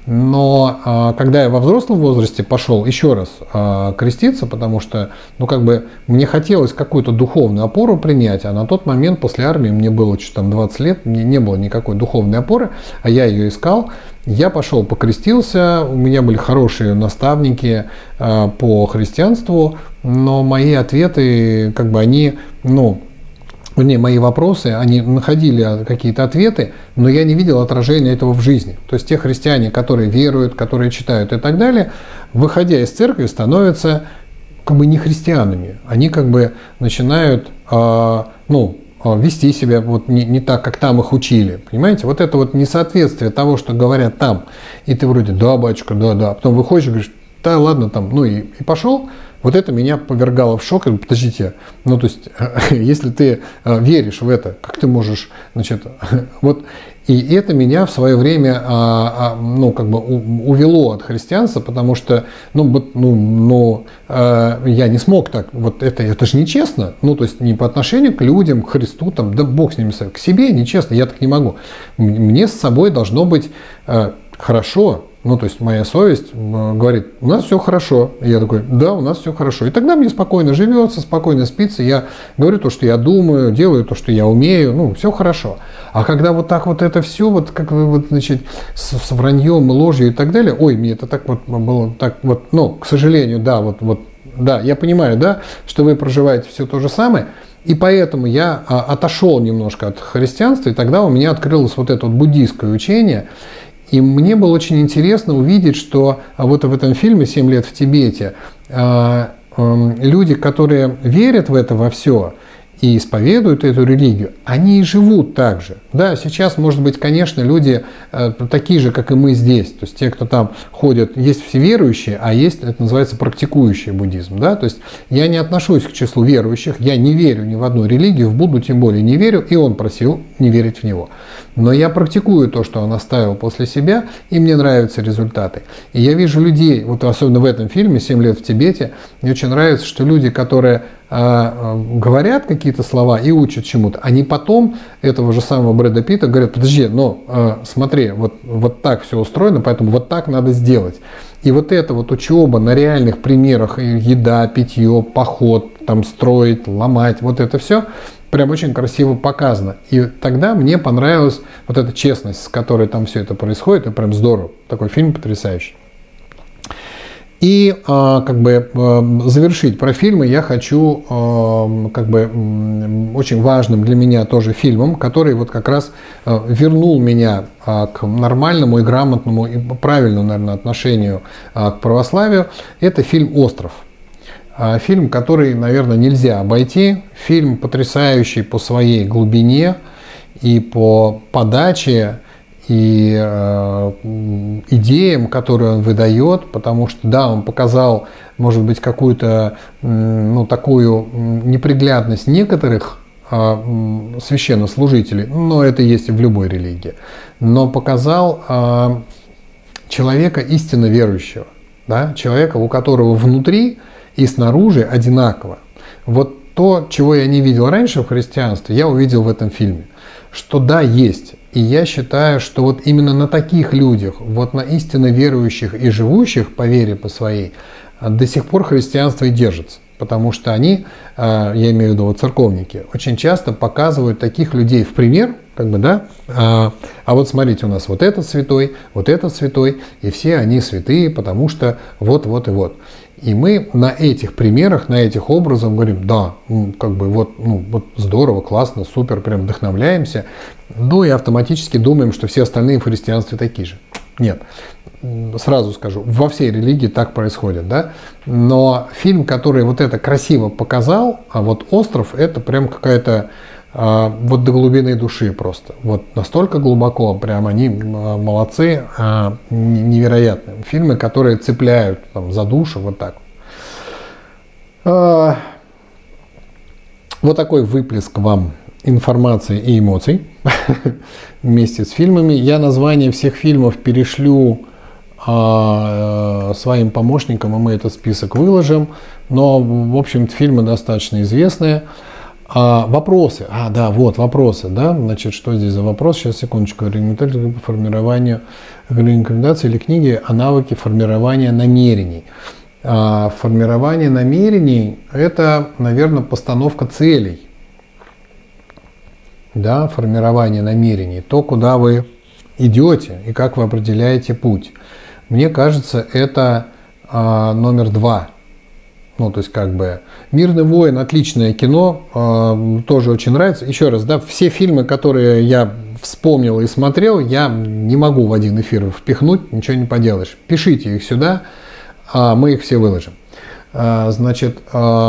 Но э, когда я во взрослом возрасте пошел еще раз э, креститься, потому что, ну, как бы, мне хотелось какую-то духовную опору принять, а на тот момент после армии, мне было что-то там двадцать лет, мне не было никакой духовной опоры, а я ее искал. Я пошел, покрестился, у меня были хорошие наставники э, по христианству, но мои ответы, как бы они, ну, вернее, мои вопросы, они находили какие-то ответы, но я не видел отражения этого в жизни. То есть те христиане, которые веруют, которые читают и так далее, выходя из церкви, становятся как бы не христианами. Они как бы начинают, э, ну, вести себя вот не, не так, как там их учили. Понимаете? Вот это вот несоответствие того, что говорят там. И ты вроде, да, батюшка, да, да. А потом выходишь и говоришь, да, ладно, там, ну и, и пошел. Вот это меня повергало в шок. Я говорю, подождите, ну то есть, если ты веришь в это, как ты можешь, значит, вот. И это меня в свое время, а, а, ну, как бы увело от христианства, потому что, ну, ну, ну а, я не смог так, вот это, это же нечестно, ну, то есть не по отношению к людям, к Христу, там, да бог с ними, к себе нечестно, я так не могу. Мне с собой должно быть а, хорошо. Ну, то есть моя совесть говорит, у нас все хорошо. И я такой, да, у нас все хорошо. И тогда мне спокойно живется, спокойно спится. Я говорю то, что я думаю, делаю то, что я умею. Ну, все хорошо. А когда вот так вот это все, вот как вот, значит, с, с враньем, ложью и так далее, ой, мне это так вот было, так вот, ну, к сожалению, да, вот, вот, да, я понимаю, да, что вы проживаете все то же самое. И поэтому я а, отошел немножко от христианства, и тогда у меня открылось вот это вот буддийское учение. И мне было очень интересно увидеть, что вот в этом фильме «Семь лет в Тибете» люди, которые верят в это во все и исповедуют эту религию, они и живут так же. Да, сейчас, может быть, конечно, люди э, такие же, как и мы здесь. То есть те, кто там ходят, есть все верующие, а есть, это называется, практикующий буддизм. Да? То есть я не отношусь к числу верующих, я не верю ни в одну религию, в Будду тем более не верю, и он просил не верить в него. Но я практикую то, что он оставил после себя, и мне нравятся результаты. И я вижу людей, вот особенно в этом фильме «Семь лет в Тибете», мне очень нравится, что люди, которые говорят какие-то слова и учат чему-то, они потом этого же самого Брэда Питта говорят, подожди, но э, смотри, вот, вот так все устроено, поэтому вот так надо сделать. И вот эта вот учеба на реальных примерах, еда, питье, поход, там строить, ломать, вот это все прям очень красиво показано. И тогда мне понравилась вот эта честность, с которой там все это происходит, и прям здорово. Такой фильм потрясающий. И э, как бы э, завершить про фильмы я хочу э, как бы э, очень важным для меня тоже фильмом, который вот как раз э, вернул меня э, к нормальному и грамотному и правильному, наверное, отношению э, к православию. Это фильм «Остров». Э, фильм, который, наверное, нельзя обойти. Фильм потрясающий по своей глубине и по подаче, и э, идеям, которые он выдает, потому что, да, он показал, может быть, какую-то, ну, такую неприглядность некоторых э, священнослужителей, но это есть и в любой религии, но показал э, человека истинно верующего, да, человека, у которого внутри и снаружи одинаково. Вот то, чего я не видел раньше в христианстве, я увидел в этом фильме, что да, есть. И я считаю, что вот именно на таких людях, вот на истинно верующих и живущих по вере по своей, до сих пор христианство и держится. Потому что они, я имею в виду вот церковники, очень часто показывают таких людей в пример, как бы, да, а, а вот смотрите, у нас вот этот святой, вот этот святой, и все они святые, потому что вот, вот и вот. И мы на этих примерах, на этих образах говорим, да, как бы вот, ну, вот здорово, классно, супер, прям вдохновляемся. Ну и автоматически думаем, что все остальные в христианстве такие же. Нет, сразу скажу, во всей религии так происходит, да. Но фильм, который вот это красиво показал, а вот «Остров» это прям какая-то а, вот до глубины души просто. Вот настолько глубоко, прям они молодцы, а, невероятные. Фильмы, которые цепляют там, за душу, вот так. А, вот такой выплеск вам информации и эмоций вместе с фильмами. Я название всех фильмов перешлю а, своим помощникам, и мы этот список выложим. Но, в общем-то, фильмы достаточно известные. А, вопросы. А, да, вот вопросы, да. Значит, что здесь за вопрос? Сейчас, секундочку. Рекомендации по формированию рекомендации или книги о навыке формирования намерений. А, формирование намерений – это, наверное, постановка целей. Да, формирование намерений, то, куда вы идете и как вы определяете путь. Мне кажется, это а, номер два. Ну, то есть, как бы, «Мирный воин» – отличное кино, а, тоже очень нравится. Еще раз, да, все фильмы, которые я вспомнил и смотрел, я не могу в один эфир впихнуть, ничего не поделаешь. Пишите их сюда, а мы их все выложим. Значит,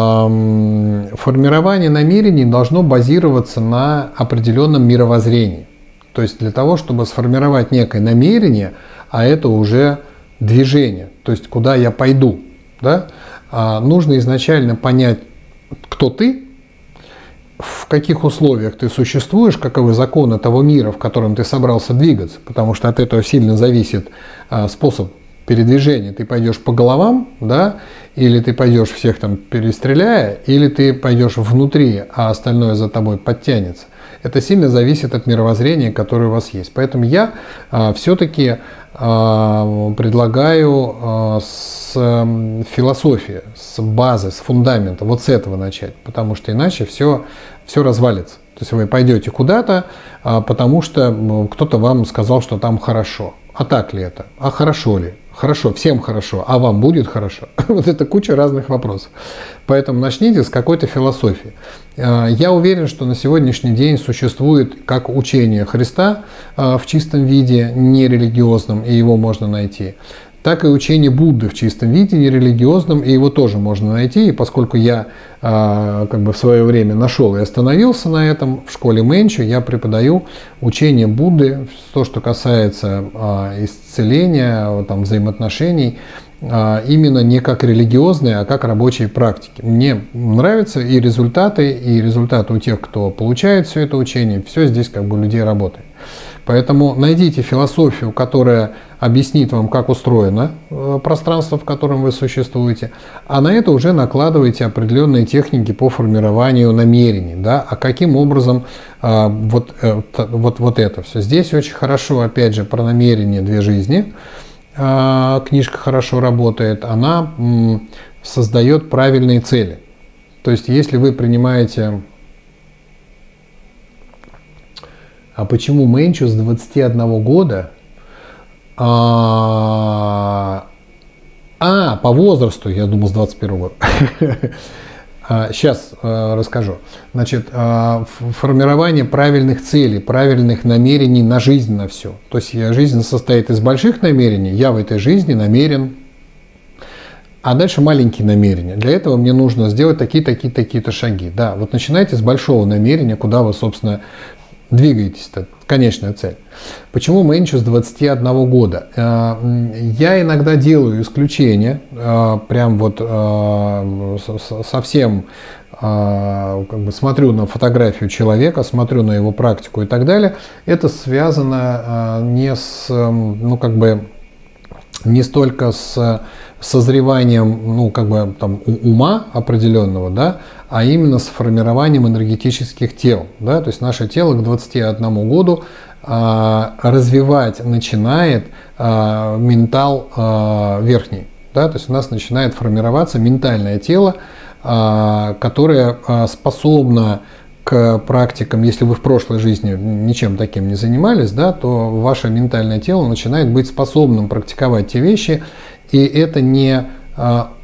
формирование намерений должно базироваться на определенном мировоззрении. То есть для того, чтобы сформировать некое намерение, а это уже движение, то есть куда я пойду, да, нужно изначально понять, кто ты, в каких условиях ты существуешь, каковы законы того мира, в котором ты собрался двигаться, потому что от этого сильно зависит способ передвижения. Ты пойдешь по головам, да, или ты пойдешь всех там перестреляя, или ты пойдешь внутри, а остальное за тобой подтянется. Это сильно зависит от мировоззрения, которое у вас есть. Поэтому я а, все-таки а, предлагаю а, с а, философии, с базы, с фундамента, вот с этого начать, потому что иначе все, все развалится. То есть вы пойдете куда-то, а, потому что кто-то вам сказал, что там хорошо. А так ли это? А хорошо ли? Хорошо, всем хорошо, а вам будет хорошо? Вот это куча разных вопросов. Поэтому начните с какой-то философии. Я уверен, что на сегодняшний день существует как учение Христа в чистом виде, нерелигиозном, и его можно найти, так и учение Будды в чистом виде, нерелигиозном, и его тоже можно найти. И поскольку я как бы в свое время нашел и остановился на этом, в школе Мэнчо я преподаю учение Будды, то, что касается исцеления, там, взаимоотношений, именно не как религиозные, а как рабочие практики. Мне нравятся и результаты, и результаты у тех, кто получает все это учение, все здесь как бы у людей работает. Поэтому найдите философию, которая объяснит вам, как устроено пространство, в котором вы существуете, а на это уже накладывайте определенные техники по формированию намерений, да, а каким образом а, вот, вот, вот это все. Здесь очень хорошо, опять же, про намерение «Две жизни». А, книжка хорошо работает, она м, создает правильные цели. То есть, если вы принимаете... А почему Мэнчо с двадцати одного года? А, а, по возрасту, я думал, с двадцать первого года. Сейчас расскажу. Значит, формирование правильных целей, правильных намерений на жизнь, на все. То есть жизнь состоит из больших намерений. Я в этой жизни намерен. А дальше маленькие намерения. Для этого мне нужно сделать такие-то, такие-то, такие-то шаги. Да, вот начинайте с большого намерения, куда вы, собственно, двигаетесь-то, конечная цель. Почему Мэнчо с двадцати одного года? Я иногда делаю исключения, прям вот совсем как бы смотрю на фотографию человека, смотрю на его практику и так далее. Это связано не с, ну как бы, не столько с созреванием, ну, как бы, там, ума определенного, да, а именно с формированием энергетических тел. Да? То есть наше тело к двадцати одному году а, развивать начинает а, ментал а, верхний. Да? То есть у нас начинает формироваться ментальное тело, а, которое а, способно к практикам, если вы в прошлой жизни ничем таким не занимались, да, то ваше ментальное тело начинает быть способным практиковать те вещи, и это не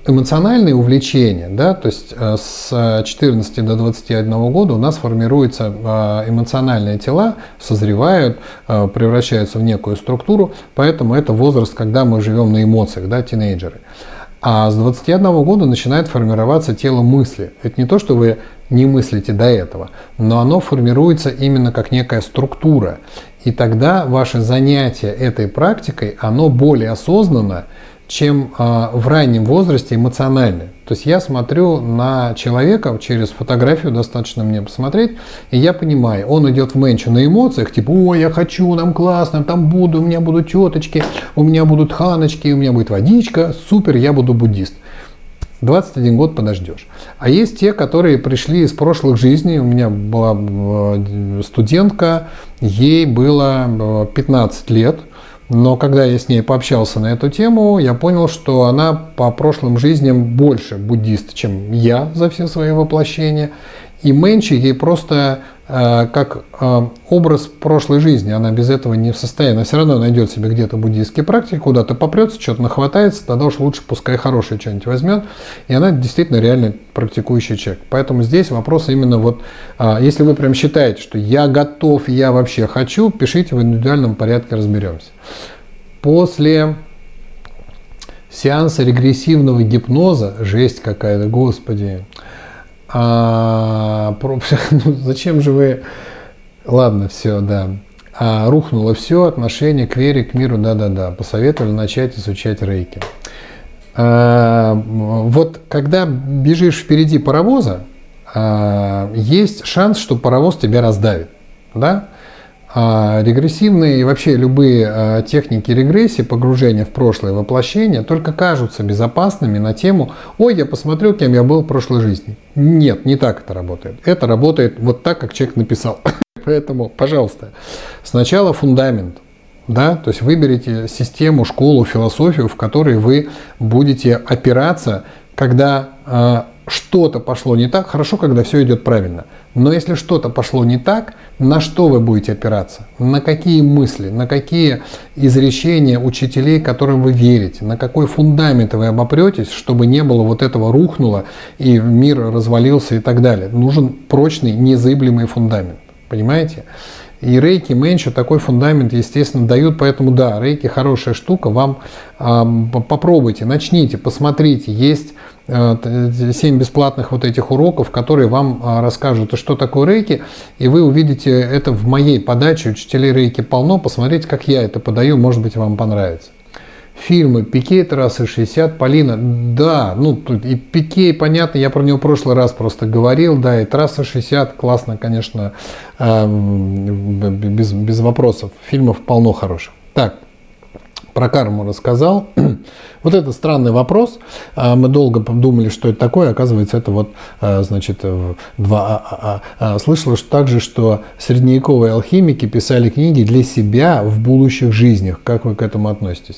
эмоциональные увлечения, да, то есть с четырнадцати до двадцати одного года у нас формируются эмоциональные тела, созревают, превращаются в некую структуру, поэтому это возраст, когда мы живем на эмоциях, да, тинейджеры. А с двадцати одного года начинает формироваться тело мысли. Это не то, что вы не мыслите до этого, но оно формируется именно как некая структура. И тогда ваше занятие этой практикой, оно более осознанно, чем э, в раннем возрасте эмоционально. То есть я смотрю на человека, через фотографию достаточно мне посмотреть, и я понимаю, он идет в менчу на эмоциях, типа, ой, я хочу, нам классно, там буду, у меня будут теточки, у меня будут ханочки, у меня будет водичка, супер, я буду буддист. двадцать один год подождешь. А есть те, которые пришли из прошлых жизней. У меня была студентка, ей было пятнадцать лет. Но когда я с ней пообщался на эту тему, я понял, что она по прошлым жизням больше буддист, чем я за все свои воплощения. И менчи ей просто э, как э, образ прошлой жизни. Она без этого не в состоянии. Она все равно найдет себе где-то буддийские практики, куда-то попрется, что-то нахватается, тогда уж лучше пускай хорошее что-нибудь возьмет. И она действительно реально практикующий человек. Поэтому здесь вопрос именно вот, э, если вы прям считаете, что я готов, я вообще хочу, пишите в индивидуальном порядке, разберемся. После сеанса регрессивного гипноза, жесть какая-то, господи, А, ну, зачем же вы... Ладно, все, да. А, рухнуло все, отношение к вере, к миру, да-да-да. Посоветовали начать изучать рейки. А, вот когда бежишь впереди паровоза, а, есть шанс, что паровоз тебя раздавит. Да? А регрессивные и вообще любые а, техники регрессии, погружения в прошлое воплощение только кажутся безопасными на тему «Ой, я посмотрю, кем я был в прошлой жизни». Нет, не так это работает. Это работает вот так, как человек написал. Поэтому, пожалуйста, сначала фундамент. Да? То есть выберите систему, школу, философию, в которой вы будете опираться, когда а, что-то пошло не так. Хорошо, когда все идет правильно. Но если что-то пошло не так, на что вы будете опираться? На какие мысли, на какие изречения учителей, которым вы верите? На какой фундамент вы обопретесь, чтобы не было вот этого рухнуло и мир развалился и так далее? Нужен прочный, незыблемый фундамент. Понимаете? И рейки, менчу такой фундамент, естественно, дают. Поэтому да, рейки хорошая штука. Вам э, попробуйте, начните, посмотрите. Есть э, семь бесплатных вот этих уроков, которые вам э, расскажут, что такое рейки. И вы увидите это в моей подаче. Учителей рейки полно. Посмотрите, как я это подаю. Может быть, вам понравится. Фильмы «Пикей», «Трасса шестьдесят», «Полина». Да, ну тут и «Пикей», понятно, я про него в прошлый раз просто говорил, да, и «Трасса шестьдесят» классно, конечно, без, без вопросов. Фильмов полно хороших. Так, про карму рассказал. Вот это странный вопрос. Мы долго думали, что это такое. Оказывается, это вот, значит, два... Слышала также, что средневековые алхимики писали книги для себя в будущих жизнях. Как вы к этому относитесь?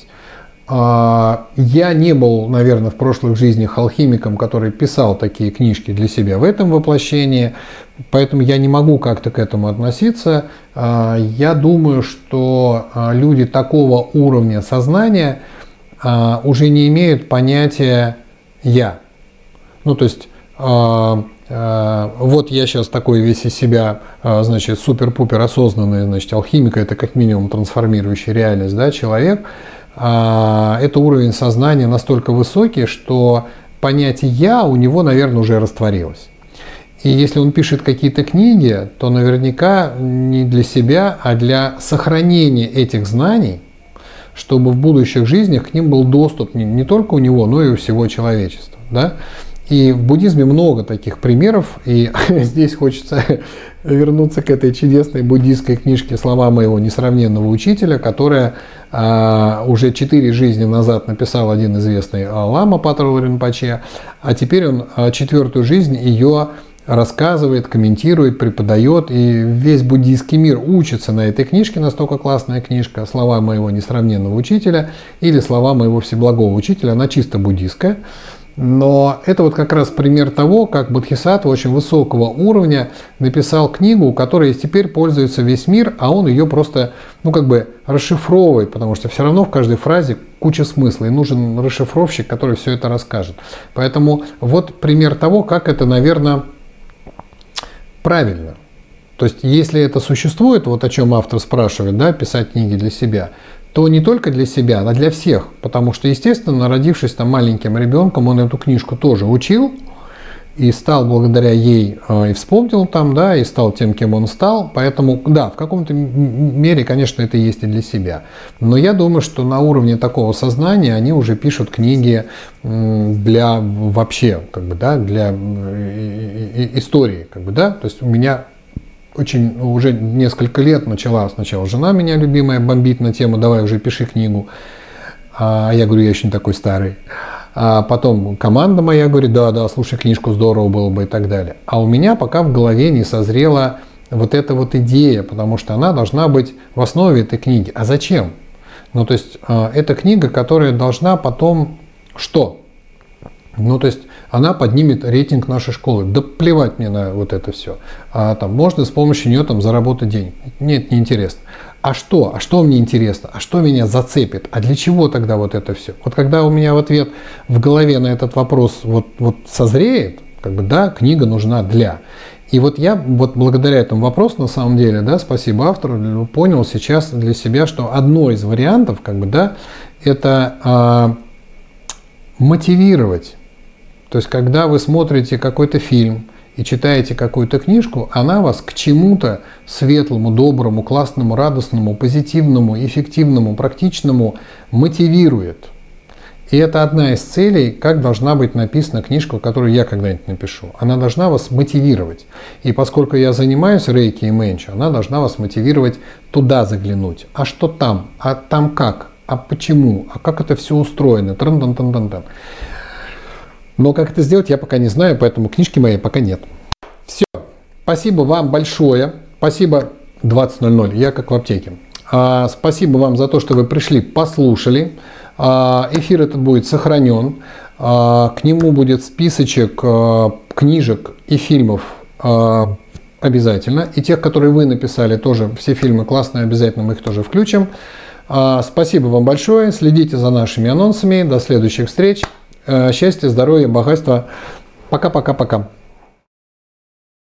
Я не был, наверное, в прошлых жизнях алхимиком, который писал такие книжки для себя в этом воплощении, поэтому я не могу как-то к этому относиться. Я думаю, что люди такого уровня сознания уже не имеют понятия «я». Ну, то есть, вот я сейчас такой весь из себя, значит, супер-пупер осознанный, значит, алхимик, это как минимум трансформирующий реальность, да, человек. Это уровень сознания настолько высокий, что понятие «я» у него, наверное, уже растворилось. И если он пишет какие-то книги, то наверняка не для себя, а для сохранения этих знаний, чтобы в будущих жизнях к ним был доступ не, не только у него, но и у всего человечества. Да? И в буддизме много таких примеров, и здесь хочется вернуться к этой чудесной буддийской книжке «Слова моего несравненного учителя», которая а, уже четыре жизни назад написал один известный а, лама Патрул Ринпоче, а теперь он а, четвертую жизнь ее рассказывает, комментирует, преподает, и весь буддийский мир учится на этой книжке, настолько классная книжка «Слова моего несравненного учителя» или «Слова моего всеблагого учителя», она чисто буддийская. Но это вот как раз пример того, как Бодхисаттва очень высокого уровня написал книгу, которой теперь пользуется весь мир, а он ее просто, ну, как бы расшифровывает, потому что все равно в каждой фразе куча смысла, и нужен расшифровщик, который все это расскажет. Поэтому вот пример того, как это, наверное, правильно. То есть, если это существует, вот о чем автор спрашивает, да, писать книги для себя, то не только для себя, а для всех. Потому что, естественно, родившись там маленьким ребенком, он эту книжку тоже учил и стал благодаря ей, и вспомнил там, да, и стал тем, кем он стал. Поэтому, да, в каком-то мере, конечно, это есть и для себя. Но я думаю, что на уровне такого сознания они уже пишут книги для вообще, как бы, да, для истории, как бы, да. То есть у меня очень уже несколько лет начала сначала жена меня любимая бомбить на тему «давай уже пиши книгу». А я говорю, я еще не такой старый. А потом команда моя говорит, да-да, слушай книжку, здорово было бы и так далее. А у меня пока в голове не созрела вот эта вот идея, потому что она должна быть в основе этой книги. А зачем? Ну, то есть, это книга, которая должна потом что? Ну, то есть, она поднимет рейтинг нашей школы. Да плевать мне на вот это все. А там можно с помощью нее там заработать денег. Нет, не интересно. А что? А что мне интересно? А что меня зацепит? А для чего тогда вот это все? Вот когда у меня в ответ в голове на этот вопрос вот, вот созреет, как бы, да, книга нужна для. И вот я вот благодаря этому вопросу, на самом деле, да, спасибо автору, понял сейчас для себя, что одно из вариантов, как бы, да, это а, мотивировать. То есть, когда вы смотрите какой-то фильм и читаете какую-то книжку, она вас к чему-то светлому, доброму, классному, радостному, позитивному, эффективному, практичному мотивирует. И это одна из целей, как должна быть написана книжка, которую я когда-нибудь напишу. Она должна вас мотивировать. И поскольку я занимаюсь рейки и менчо, она должна вас мотивировать туда заглянуть. А что там? А там как? А почему? А как это все устроено? Тран-дан-дан-дан-дан. Но как это сделать, я пока не знаю, поэтому книжки моей пока нет. Все. Спасибо вам большое. Спасибо. двадцать ноль ноль. Я как в аптеке. А, спасибо вам за то, что вы пришли, послушали. А, эфир этот будет сохранен. А, к нему будет списочек а, книжек и фильмов а, обязательно. И тех, которые вы написали, тоже все фильмы классные, обязательно мы их тоже включим. А, спасибо вам большое. Следите за нашими анонсами. До следующих встреч. Счастья, здоровья, богатства. Пока-пока-пока.